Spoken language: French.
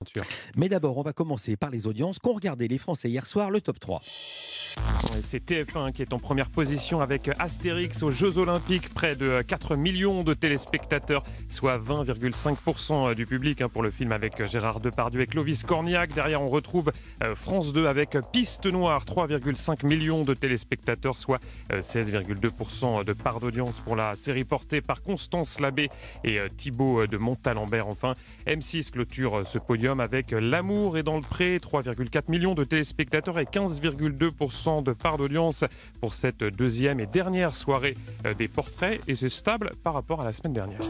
Mais d'abord, on va commencer par les audiences qu'ont regardé les Français hier soir, le top 3. Ouais, c'est TF1 qui est en première position avec Astérix aux Jeux Olympiques, près de 4 millions de téléspectateurs, soit 20,5% du public pour le film avec Gérard Depardieu et Clovis Cornillac. Derrière, on retrouve France 2 avec Piste Noire, 3,5 millions de téléspectateurs, soit 16,2% de part d'audience pour la série portée par Constance Labbé et Thibaut de Montalembert. Enfin, M6 clôture ce podium avec L'amour est dans le pré, 3,4 millions de téléspectateurs et 15,2% de part d'audience pour cette deuxième et dernière soirée des portraits, et c'est stable par rapport à la semaine dernière.